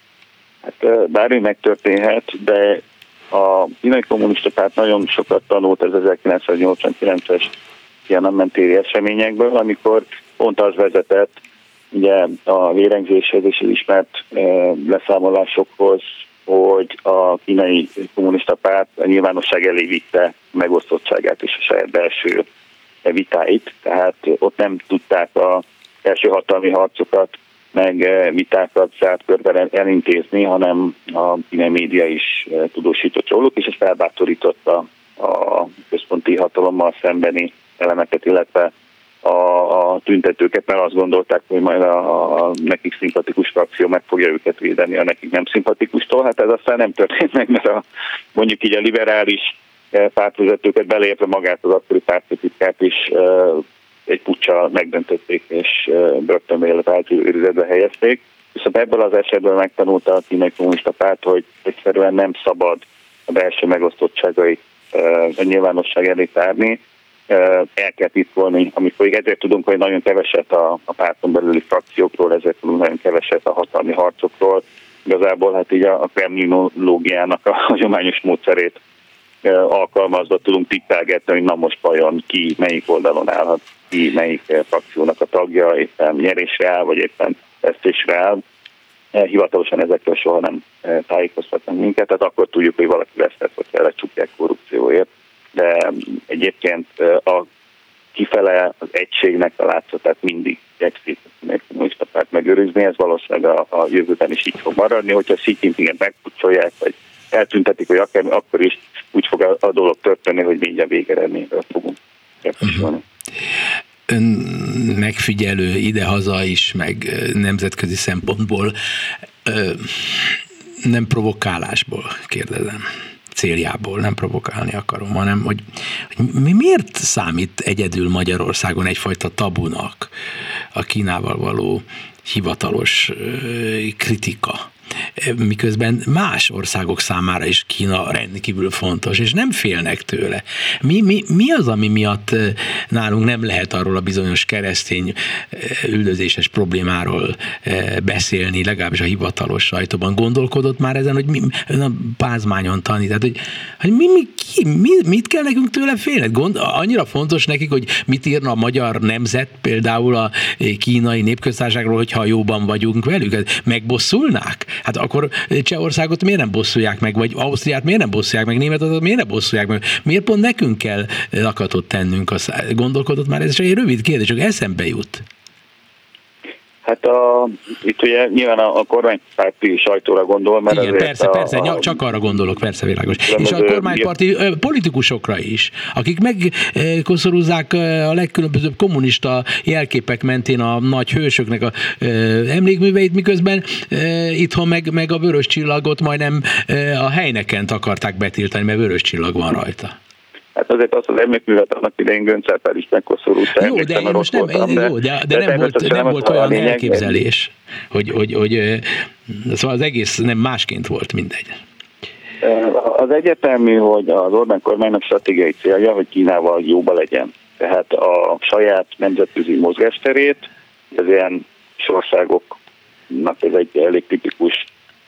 [SPEAKER 4] Hát bármi megtörténhet, de a kínai kommunista párt nagyon sokat tanult az ezerkilencszáznyolcvankilences Tiananmen-téri eseményekből, amikor pont az vezetett ugye a vérengzéshez és az ismert leszámolásokhoz, hogy a kínai kommunista párt a nyilvánosság elé vitte megosztottságát és a saját belső vitáit, tehát ott nem tudták a első hatalmi harcokat meg vitákat zárt körben elintézni, hanem a kínai média is tudósított róluk, és ez felbátorította a központi hatalommal szembeni elemeket, illetve a, a tüntetőket, mert azt gondolták, hogy majd a, a nekik szimpatikus frakció meg fogja őket védeni a nekik nem szimpatikustól. Hát ez aztán nem történt meg, mert a, mondjuk így a liberális pártvezetőket beleértve magát az akkori pártfőtitkárt is egy puccsal megdöntötték, és börtönbe őrizetbe helyezték. Viszont ebből az esetből megtanulta a kínai kommunista párt, hogy egyszerűen nem szabad a belső megosztottságait a nyilvánosság elé tárni, el kell titkolni, amikor ezért tudunk, hogy nagyon keveset a, a párton belüli frakciókról, ezért tudunk nagyon keveset a hatalmi harcokról. Igazából hát így a, a kremlinológiának a hagyományos módszerét alkalmazva tudunk tippelgetni, hogy na most vajon ki melyik oldalon állhat, ki melyik frakciónak a tagja, éppen nyerésre áll, vagy éppen vesztésre áll. Hivatalosan ezekről soha nem tájékoztatnak minket, tehát akkor tudjuk, hogy valaki vesztett, vagy lecsukják korrupcióért. De egyébként a kifele az egységnek a látszatát mindig igyekszik a kommunista párt megőrizni, ez valószínűleg a, a jövőben is így fog maradni, hogyha Xi Jinpinget megpucsolják, vagy eltüntetik, hogy akár, akkor is úgy fog a, a dolog történni, hogy mindjárt végeredményről fogunk képviselni.
[SPEAKER 2] Ön megfigyelő idehaza is, meg nemzetközi szempontból, nem provokálásból kérdezem, céljából, nem provokálni akarom, hanem hogy, hogy mi miért számít egyedül Magyarországon egyfajta tabunak a Kínával való hivatalos kritika, miközben más országok számára is Kína rendkívül fontos, és nem félnek tőle. Mi, mi, mi az, ami miatt nálunk nem lehet arról a bizonyos keresztény üldözéses problémáról beszélni, legalábbis a hivatalos sajtóban? Gondolkodott már ezen, hogy mi, ön a Pázmányon tanít, tehát hogy, hogy mi, mi, ki mi, mi, mit kell nekünk tőle félni? Gond, annyira fontos nekik, hogy mit írna a magyar nemzet például a kínai népköztársaságról, hogyha jóban vagyunk velük? Megbosszulnák? Hát akkor Csehországot miért nem bosszulják meg, vagy Ausztriát miért nem bosszulják meg, Németországot miért nem bosszulják meg? Miért pont nekünk kell lakatot tennünk? Azt gondolkodott már, ez csak egy rövid kérdés, csak eszembe jut.
[SPEAKER 4] Hát a, itt ugye nyilván a, a kormánypárti sajtóra gondol, mert
[SPEAKER 2] igen, persze,
[SPEAKER 4] a,
[SPEAKER 2] persze,
[SPEAKER 4] a,
[SPEAKER 2] csak arra gondolok, persze, világos. És a kormánypárti politikusokra is, akik megkoszorúzzák a legkülönbözőbb kommunista jelképek mentén a nagy hősöknek a emlékműveit, miközben itthon meg, meg a vörös csillagot majdnem a helynekent akarták betiltani, mert vörös csillag van rajta.
[SPEAKER 4] Hát azért azt az emlékművet annak idején Göncz-Árpád is megkoszorult.
[SPEAKER 2] Jó, de én most nem, voltam, de, jó, de, de, de nem volt, nem volt olyan lényeg, elképzelés, hogy, hogy, hogy szóval az egész nem másként volt, mindegy.
[SPEAKER 4] Az egyértelmű, hogy az Orbán kormánynak stratégiai célja, hogy Kínával jóba legyen. Tehát a saját nemzetközi mozgásterét, az ilyen országoknak ez egy elég tipikus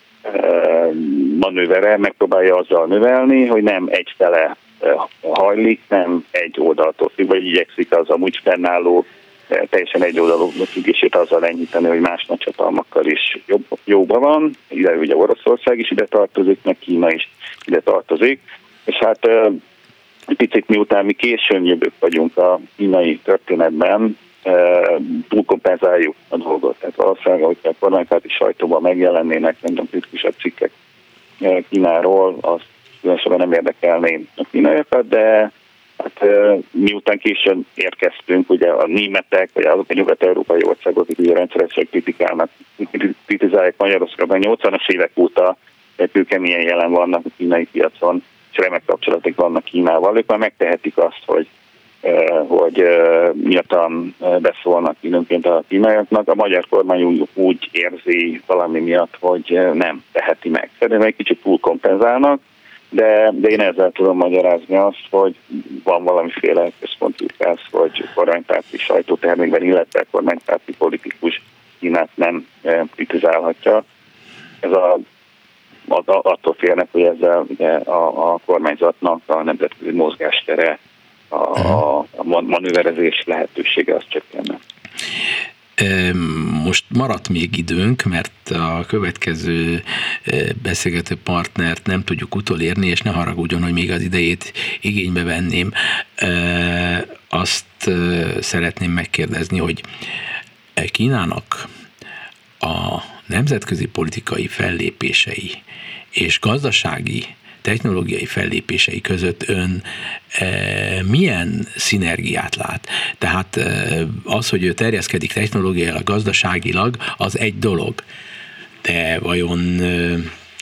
[SPEAKER 4] manővere, megpróbálja azzal növelni, hogy nem egyfele hajlik, nem egy oldaltól függ, vagy igyekszik az amúgy fennálló teljesen egy oldalú függését azzal enyhíteni, hogy más nagy hatalmakkal is jobb, jóban van. Ide ugye Oroszország is ide tartozik, meg Kína is ide tartozik. És hát picit miután mi későn jövők vagyunk a kínai történetben, túlkompenzáljuk a dolgot. Tehát valószínűleg, hogyha a kormánypárti sajtóban megjelennének, nem tudom, kritikusabb cikkek Kínáról, azt különösebben nem érdekelné a kínaiakat, de hát miután későn érkeztünk, ugye a németek, vagy azok a nyugat-európai országok, akik ugye rendszeresen kritikálnak, kritizálják Magyarországon, nyolcvanas évek óta kőkeményen jelen vannak a kínai piacon, és remek kapcsolatok vannak Kínával. Ők már megtehetik azt, hogy hogy miattan beszólnak időnként a kínaiaknak. A magyar kormány úgy, úgy érzi valami miatt, hogy nem teheti meg. Szerintem egy kicsit túl kompenzálnak, de, de én ezzel tudom magyarázni azt, hogy van valamiféle központi utász, vagy kormánypárti sajtótermékben, illetve kormánypárti politikus Kínát nem kritizálhatja. Ez a, attól félnek, hogy ezzel ugye a, a kormányzatnak a nemzetközi mozgástere, a, a manőverezés lehetősége az csökkenne.
[SPEAKER 2] Most maradt még időnk, mert a következő beszélgető partnert nem tudjuk utolérni, és ne haragudjon, hogy még az idejét igénybe venném. Azt szeretném megkérdezni, hogy Kínának a nemzetközi politikai fellépései és gazdasági technológiai fellépései között ön e, milyen szinergiát lát? Tehát e, az, hogy ő terjeszkedik technológiailag, gazdaságilag, az egy dolog. De vajon e,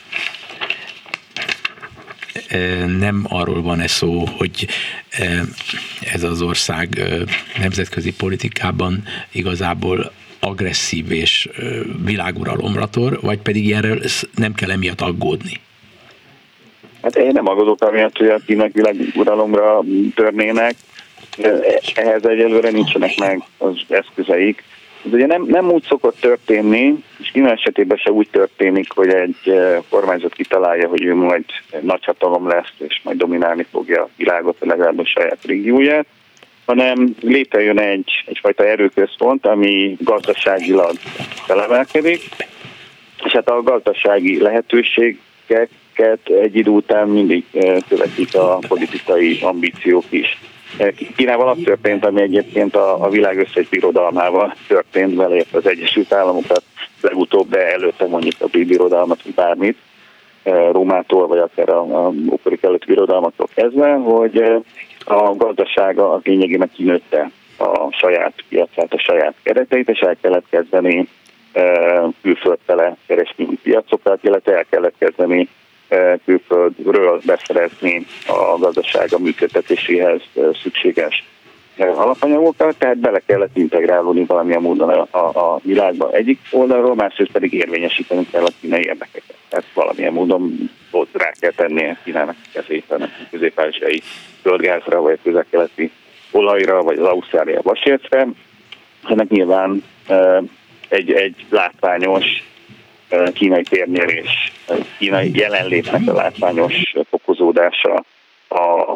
[SPEAKER 2] e, nem arról van-e szó, hogy e, ez az ország e, nemzetközi politikában igazából agresszív és e, világuralomra tor, vagy pedig ilyenről nem kell emiatt aggódni?
[SPEAKER 4] Hát én nem aggódok amiatt, hogy a kínai világuralomra törnének. Ehhez egyelőre nincsenek meg az eszközeik. Ez ugye nem, nem úgy szokott történni, és Kína esetében se úgy történik, hogy egy kormányzat kitalálja, hogy ő majd nagyhatalom lesz, és majd dominálni fogja a világot, vagy legalább a saját régióját, hanem létrejön egy, egyfajta erőközpont, ami gazdaságilag felemelkedik, és hát a gazdasági lehetőségek egy idő után mindig követik a politikai ambíciók is. Kínával az történt, ami egyébként a, a világ összes birodalmával történt, beleért az Egyesült Államokat legutóbb, de előtte mondjuk a brit birodalmat, vagy bármit, Rómától, vagy akár a, a ókorik előtt birodalmaktól kezdve, hogy a gazdasága az lényegében kinőtte a saját piacát, a saját kereteit, és el kellett kezdeni külföldfele keresni piacokat, illetve el kellett kezdeni külföldről beszerezni a gazdasága működtetéséhez szükséges alapanyagokat, tehát bele kellett integrálódni valamilyen módon a, a, a világban egyik oldalról, másrészt pedig érvényesíteni kell a kínai érdekeket. Tehát valamilyen módon ott rá kell tenni a Kínának kezében, a közép-ázsiai földgázra, vagy a közel-keleti olajra, vagy az ausztrália vasércre. Ennek nyilván egy, egy látványos kínai térnyerés, kínai jelenlétnek a látványos fokozódása a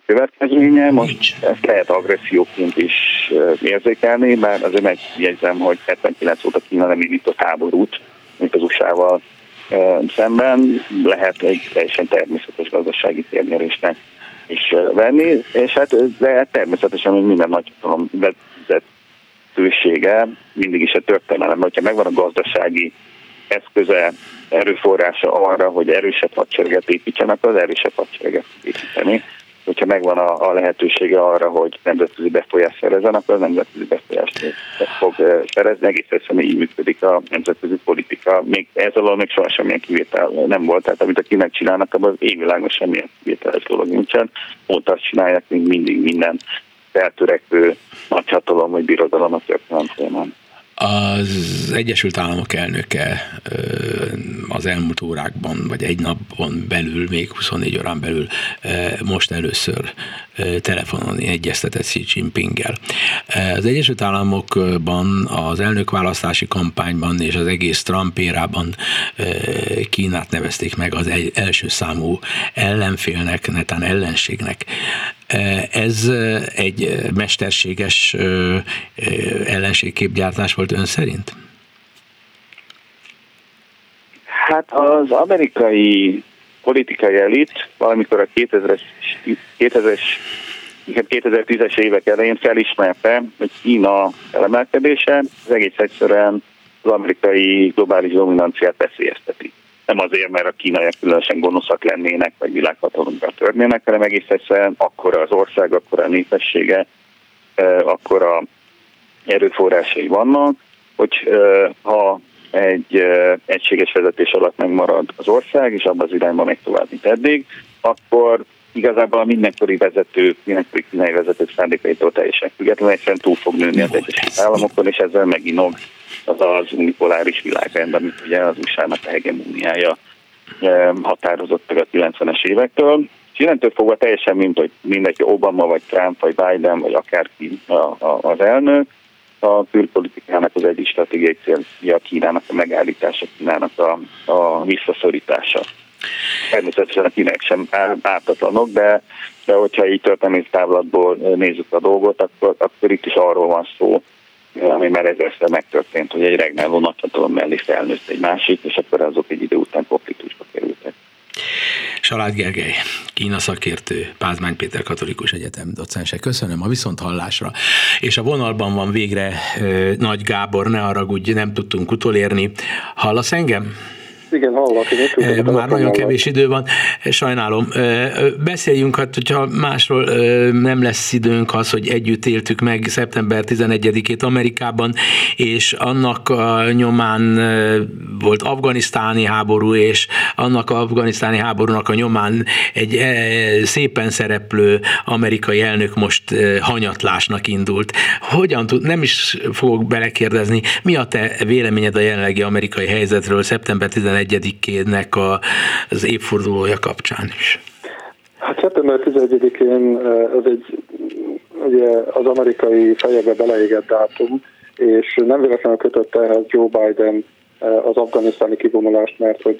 [SPEAKER 4] következménye. Most ezt lehet agresszióként is érzékelni, bár azért megjegyzem, hogy hetvenkilenc óta Kína nem indított háborút, mint az u es á-val szemben, lehet egy teljesen természetes gazdasági térnyerésnek is venni, és hát de természetesen minden nagyhatalom vezetősége mindig is a történelem, hogyha megvan a gazdasági eszköze, erőforrása arra, hogy erősebb hadsereget építsenek, az erősebb hadsereget építeni. Hogyha megvan a, a lehetősége arra, hogy nemzetközi befolyást szerezzen, akkor az nemzetközi befolyást fog szerezni. Egész egyszerűen így működik a nemzetközi politika. Még ez alól még soha semmilyen kivétel nem volt. Tehát amit a Kínák csinálnak, abban az égvilágon semmilyen kivételes dolog nincsen. Ott azt csinálják, mint mindig minden feltörekvő nagyhatalom vagy birodalom a történelem folyamán.
[SPEAKER 2] Az Egyesült Államok elnöke az elmúlt órákban, vagy egy napon belül, még huszonnégy órán belül most először telefonon egyeztetett Xi Jinpinggel. Az Egyesült Államokban az elnökválasztási kampányban és az egész Trump érában Kínát nevezték meg az első számú ellenfélnek, netán ellenségnek. Ez egy mesterséges ellenségképgyártás volt ön szerint?
[SPEAKER 4] Hát az amerikai politikai elit valamikor a kétezres, kétezres, kétezer-tízes évek elején felismerte, hogy Kína felemelkedése az egész egyszerűen az amerikai globális dominanciát veszélyezteti. Nem azért, mert a kínaiak különösen gonoszak lennének, vagy világhatalomra törnének, hanem egész egyszerűen akkora az ország, akkora a népessége, akkora erőforrásai vannak, hogy ha egy egységes vezetés alatt megmarad az ország, és abban az irányban megy tovább, mint eddig, akkor igazából a mindenkori vezető, mindenkori kínai vezetők szándékaitól teljesen függetlenül, egyszerűen túl fog nőni az Egyesült Államokon, és ezzel meginog az az unipoláris világrend, amit ugye az u es á-nak a hegemóniája határozott meg a kilencvenes évektől. És innentől fogva teljesen mint, hogy mindegy, Obama, vagy Trump, vagy Biden, vagy akárki az elnök, a külpolitikának az egyik stratégiai célja Kínának a megállítása, Kínának a, a visszaszorítása. Természetesen a kínaiak sem ártatlanok, de, de hogyha így történelmi távlatból nézzük a dolgot, akkor, akkor itt is arról van szó, ami már ezerszer megtörtént, hogy egy regnáló nagyhatalom mellé felnőtt egy másik, és akkor azok egy idő után konfliktusba kerültek.
[SPEAKER 2] Salád Gergely, Kína szakértő, Pázmány Péter Katolikus Egyetem docense. Köszönöm, a viszonthallásra. És a vonalban van végre Nagy Gábor, ne haragudj, nem tudtunk utolérni. Hallasz engem?
[SPEAKER 5] Igen, hallak. Én
[SPEAKER 2] Már nagyon kevés idő van, sajnálom. Beszéljünk, hát, hogyha másról nem lesz időnk, az, hogy együtt éltük meg szeptember tizenegyedikét Amerikában, és annak a nyomán volt afganisztáni háború, és annak az afganisztáni háborúnak a nyomán egy szépen szereplő amerikai elnök most hanyatlásnak indult. Hogyan tud, nem is fogok belekérdezni, mi a te véleményed a jelenlegi amerikai helyzetről szeptember tizenegyedikének az évfordulója kapcsán is?
[SPEAKER 5] Hát szeptember tizenegyedikén ez egy ugye az amerikai fejekbe beleégett dátum, és nem véletlenül kötötte ehhez Joe Biden az afganisztáni kivonulást, mert hogy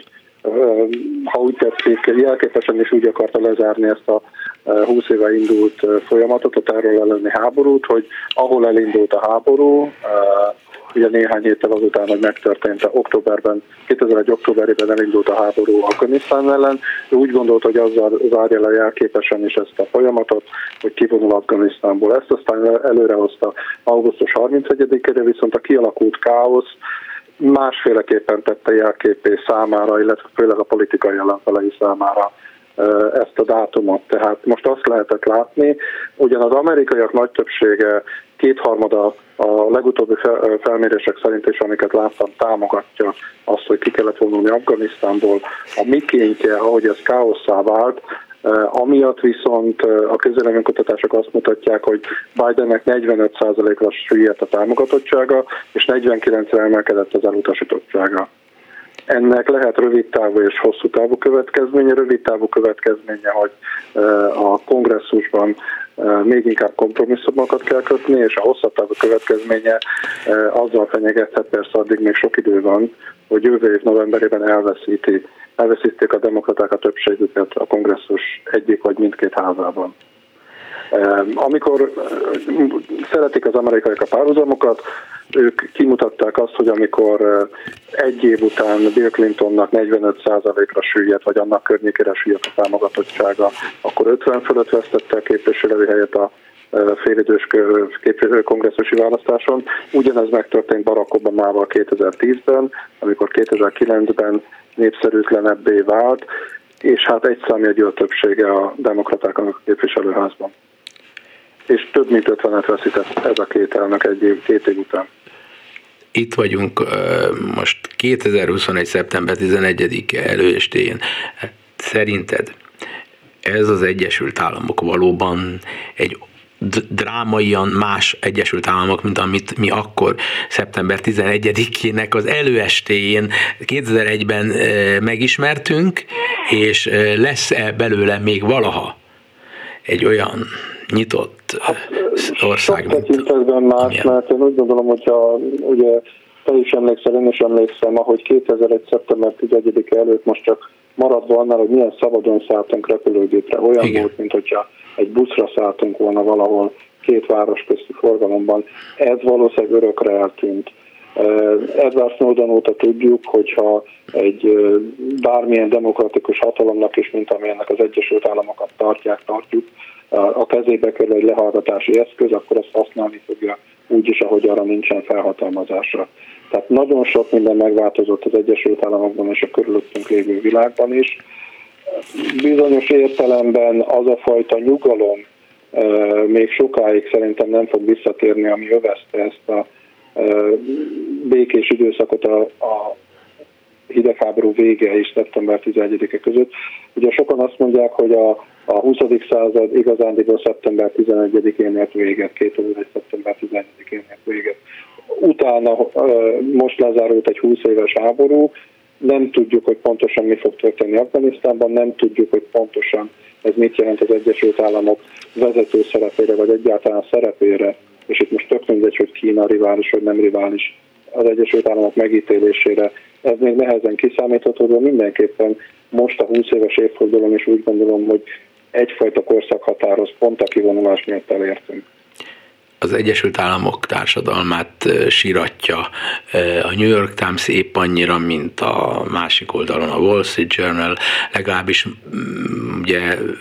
[SPEAKER 5] ha úgy tetszik, jelképesen is úgy akarta lezárni ezt a húsz éve indult folyamatot, a terror elleni háborút, hogy ahol elindult a háború, ugye néhány héttel azután, hogy megtörtént októberben, kétezer-egy októberében elindult a háború Afganisztán ellen, ő úgy gondolt, hogy azzal zárja le jelképesen is ezt a folyamatot, hogy kivonul Afganisztánból. Ezt aztán előrehozta augusztus harmincegyedikére, viszont a kialakult káosz másféleképpen tette jelképé számára, illetve főleg a politikai ellenfelei számára ezt a dátumot. Tehát most azt lehetett látni, ugyan az amerikaiak nagy többsége, kétharmada a legutóbbi felmérések szerint is, amiket láttam, támogatja azt, hogy ki kellett vonulni Afganisztánból. A mikéntje, ahogy ez káosszá vált, amiatt viszont a közvéleménykutatások azt mutatják, hogy Bidennek negyvenöt százalékra süllyedt a támogatottsága, és negyvenkilencre emelkedett az elutasítottsága. Ennek lehet rövid távú és hosszú távú következménye. Rövid távú következménye, hogy a kongresszusban még inkább kompromisszumokat kell kötni, és a hosszabb távú következménye azzal fenyegethet, persze addig még sok idő van, hogy jövő év novemberében elveszíti, elveszítik a demokraták a többségüket a kongresszus egyik vagy mindkét házában. Amikor szeretik az amerikaiak a párhuzamokat, ők kimutatták azt, hogy amikor egy év után Bill Clintonnak negyvenöt százalékra süllyedt, vagy annak környékére süllyedt a támogatottsága, akkor ötven fölött vesztette a képviselői helyet a félidős kongresszusi választáson. Ugyanez megtörtént Barack Obamával kétezer-tízben, amikor kétezer-kilencben népszerűtlenebbé vált, és hát egy számjegyű a többsége a demokratáknak a képviselőházban. És több mint ötvenet veszített ez a két elnök egy év, két év után.
[SPEAKER 2] Itt vagyunk most kétezer-huszonegy. szeptember tizenegyedike előestéjén. Szerinted ez az Egyesült Államok valóban egy drámaian más Egyesült Államok, mint amit mi akkor szeptember tizenegyedikének az előestéjén kétezer-egyben megismertünk, és lesz-e belőle még valaha egy olyan nyitott
[SPEAKER 5] hát,
[SPEAKER 2] ország,
[SPEAKER 5] sok tekintetben más, amilyen. Mert én úgy gondolom, hogyha ugye te is emlékszel, én is emlékszem, ahogy kétezer-egy. szeptember tizenegyedike előtt most csak maradva annál, hogy milyen szabadon szálltunk repülőgépre. Olyan Igen. volt, mint hogyha egy buszra szálltunk volna valahol két város közti forgalomban. Ez valószínűleg örökre eltűnt. Edward Snowden óta tudjuk, hogyha egy bármilyen demokratikus hatalomnak is, mint amilyennek az Egyesült Államokat tartják, tartjuk, a kezébe kerül egy lehallgatási eszköz, akkor ezt használni fogja úgyis, ahogy arra nincsen felhatalmazása. Tehát nagyon sok minden megváltozott az Egyesült Államokban és a körülöttünk lévő világban is. Bizonyos értelemben az a fajta nyugalom még sokáig szerintem nem fog visszatérni, ami övezte ezt a békés időszakot a, a hidegháború vége és szeptember tizenegyedike között. Ugye sokan azt mondják, hogy a, a huszadik század igazándiból szeptember tizenegyedikén ért véget, kétezer-egy. szeptember tizenegyedikén ért véget. Utána most lezárult egy húsz éves háború, nem tudjuk, hogy pontosan mi fog történni Afganisztánban, nem tudjuk, hogy pontosan ez mit jelent az Egyesült Államok vezető szerepére, vagy egyáltalán szerepére, és itt most tök mindegy, hogy Kína rivális, vagy nem rivális az Egyesült Államok megítélésére. Ez még nehezen kiszámítható, de mindenképpen most a húsz éves évfordulón is úgy gondolom, hogy egyfajta korszakhatároz pont a kivonulás miatt elértünk.
[SPEAKER 2] Az Egyesült Államok társadalmát síratja a New York Times épp annyira, mint a másik oldalon a Wall Street Journal, legalábbis ugye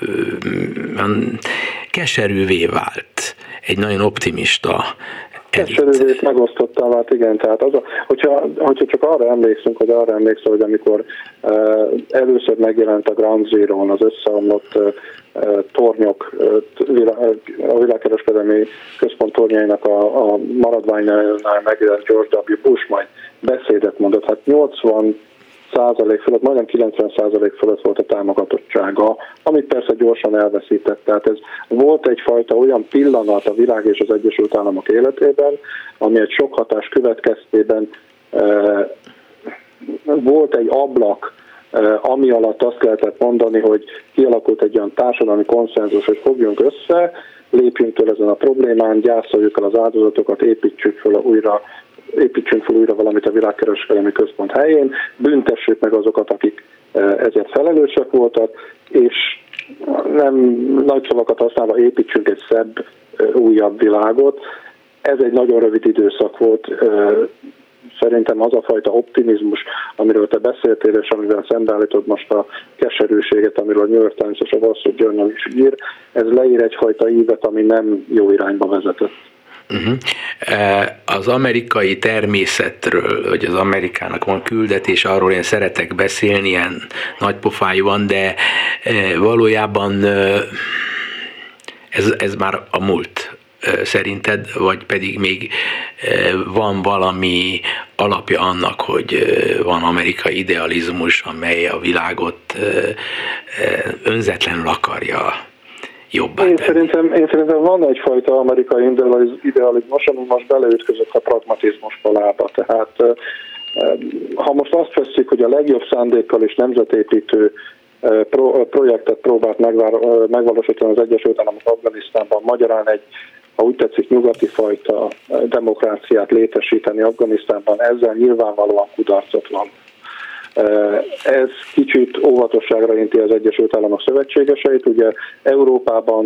[SPEAKER 2] keserűvé vált, egy nagyon optimista
[SPEAKER 5] keserűvé megosztottá vált, igen, tehát az a, hogyha, hogyha csak arra emlékszünk, hogy arra emlékszem, hogy amikor uh, először megjelent a Ground Zero-n az összeomlott uh, tornyok, uh, a világkereskedelmi központ tornyainak a, a maradványnál megjelent George W. Bush majd beszédet mondott, hát nyolcvan százalék fölött, majdnem kilencven százalék fölött volt a támogatottsága, amit persze gyorsan elveszített. Tehát ez volt egyfajta olyan pillanat a világ és az Egyesült Államok életében, ami egy sok hatás következtében eh, volt egy ablak, eh, ami alatt azt lehetett mondani, hogy kialakult egy olyan társadalmi konszenzus, hogy fogjunk össze, lépjünk túl ezen a problémán, gyászoljuk el az áldozatokat, építsük fel újra építsünk fel újra valamit a világkereskedelmi központ helyén, büntessük meg azokat, akik ezért felelősek voltak, és nem nagy szavakat használva építsünk egy szebb, újabb világot. Ez egy nagyon rövid időszak volt. Szerintem az a fajta optimizmus, amiről te beszéltél, és amivel szembeállítod most a keserűséget, amiről a New York Times és a Wall Street Journal is ír, ez leír egyfajta ívet, ami nem jó irányba vezetett.
[SPEAKER 2] Uh-huh. Az amerikai természetről, vagy az Amerikának van küldetés, arról én szeretek beszélni, ilyen nagypofájúan, de valójában ez, ez már a múlt szerinted, vagy pedig még van valami alapja annak, hogy van amerikai idealizmus, amely a világot önzetlenül akarja jobbá
[SPEAKER 5] én szerintem, én szerintem van egyfajta amerikai idealizmus, ami most beleütközött a pragmatizmus palába. Tehát ha most azt vesszük, hogy a legjobb szándékkal és nemzetépítő projektet próbált megvalósítani az Egyesült Államok Afganisztánban, magyarán egy, ha úgy tetszik, nyugati fajta demokráciát létesíteni Afganisztánban, ezzel nyilvánvalóan kudarcot van. Ez kicsit óvatosságra inti az Egyesült Államok szövetségeseit. Ugye Európában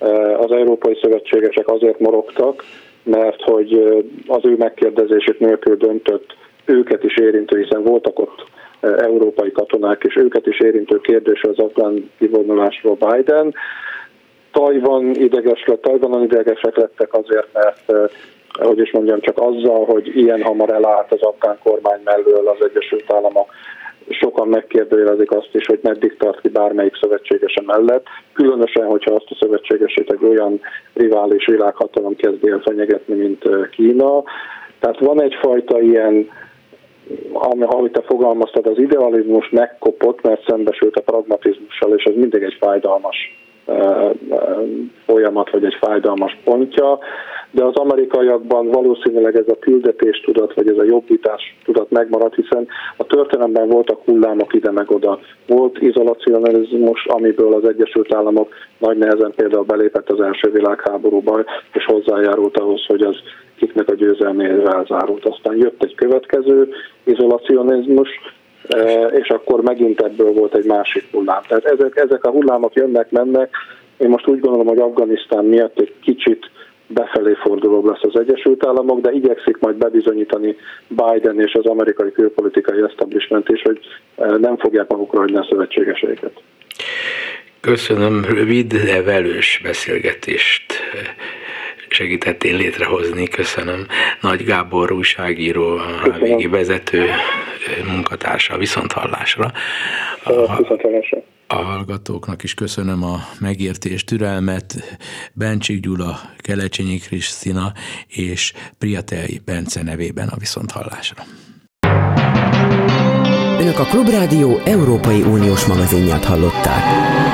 [SPEAKER 5] Az európai szövetségesek azért morogtak, mert hogy az ő megkérdezésük nélkül döntött, őket is érintő, hiszen voltak ott európai katonák, és őket is érintő kérdés az afgán kivonulásról Biden. Tajvan ideges lett, Tajvanon idegesek lettek azért, mert hogy is mondjam, csak azzal, hogy ilyen hamar elállt az afgán kormány mellől az Egyesült Államok, sokan megkérdőjelezik azt is, hogy meddig tart ki bármelyik szövetségese mellett, különösen, hogyha azt a szövetségesét egy olyan rivális világhatalom kezdi el fenyegetni, mint Kína. Tehát van egyfajta ilyen, ahogy te fogalmaztad, az idealizmus megkopott, mert szembesült a pragmatizmussal, és ez mindig egy fájdalmas folyamat, vagy egy fájdalmas pontja, de az amerikaiakban valószínűleg ez a küldetéstudat, vagy ez a jobbítás tudat megmaradt, hiszen a történelemben voltak hullámok ide meg oda. Volt izolacionizmus, amiből az Egyesült Államok nagy nehezen például belépett az első világháborúba, és hozzájárult ahhoz, hogy az kiknek a győzelmével zárult. Aztán jött egy következő izolacionizmus, és akkor megint ebből volt egy másik hullám. Tehát ezek, ezek a hullámok jönnek, mennek. Én most úgy gondolom, hogy Afganisztán miatt egy kicsit befelé fordulóbb lesz az Egyesült Államok, de igyekszik majd bebizonyítani Biden és az amerikai külpolitikai establishment is, hogy nem fogják magukra hagyni a szövetségeseiket.
[SPEAKER 2] Köszönöm, rövid, de velős beszélgetést segítettél létrehozni. Köszönöm. Nagy Gábor újságíró, a há vé gé vezető munkatársa, viszonthallásra. A,
[SPEAKER 5] viszonthallásra.
[SPEAKER 2] A hallgatóknak is köszönöm a megértést, türelmet. Bencsik Gyula, Kelecsényi Krisztina és Priatei Bence nevében a viszonthallásra.
[SPEAKER 1] Önök a Klubrádió Európai Uniós magazinját hallották.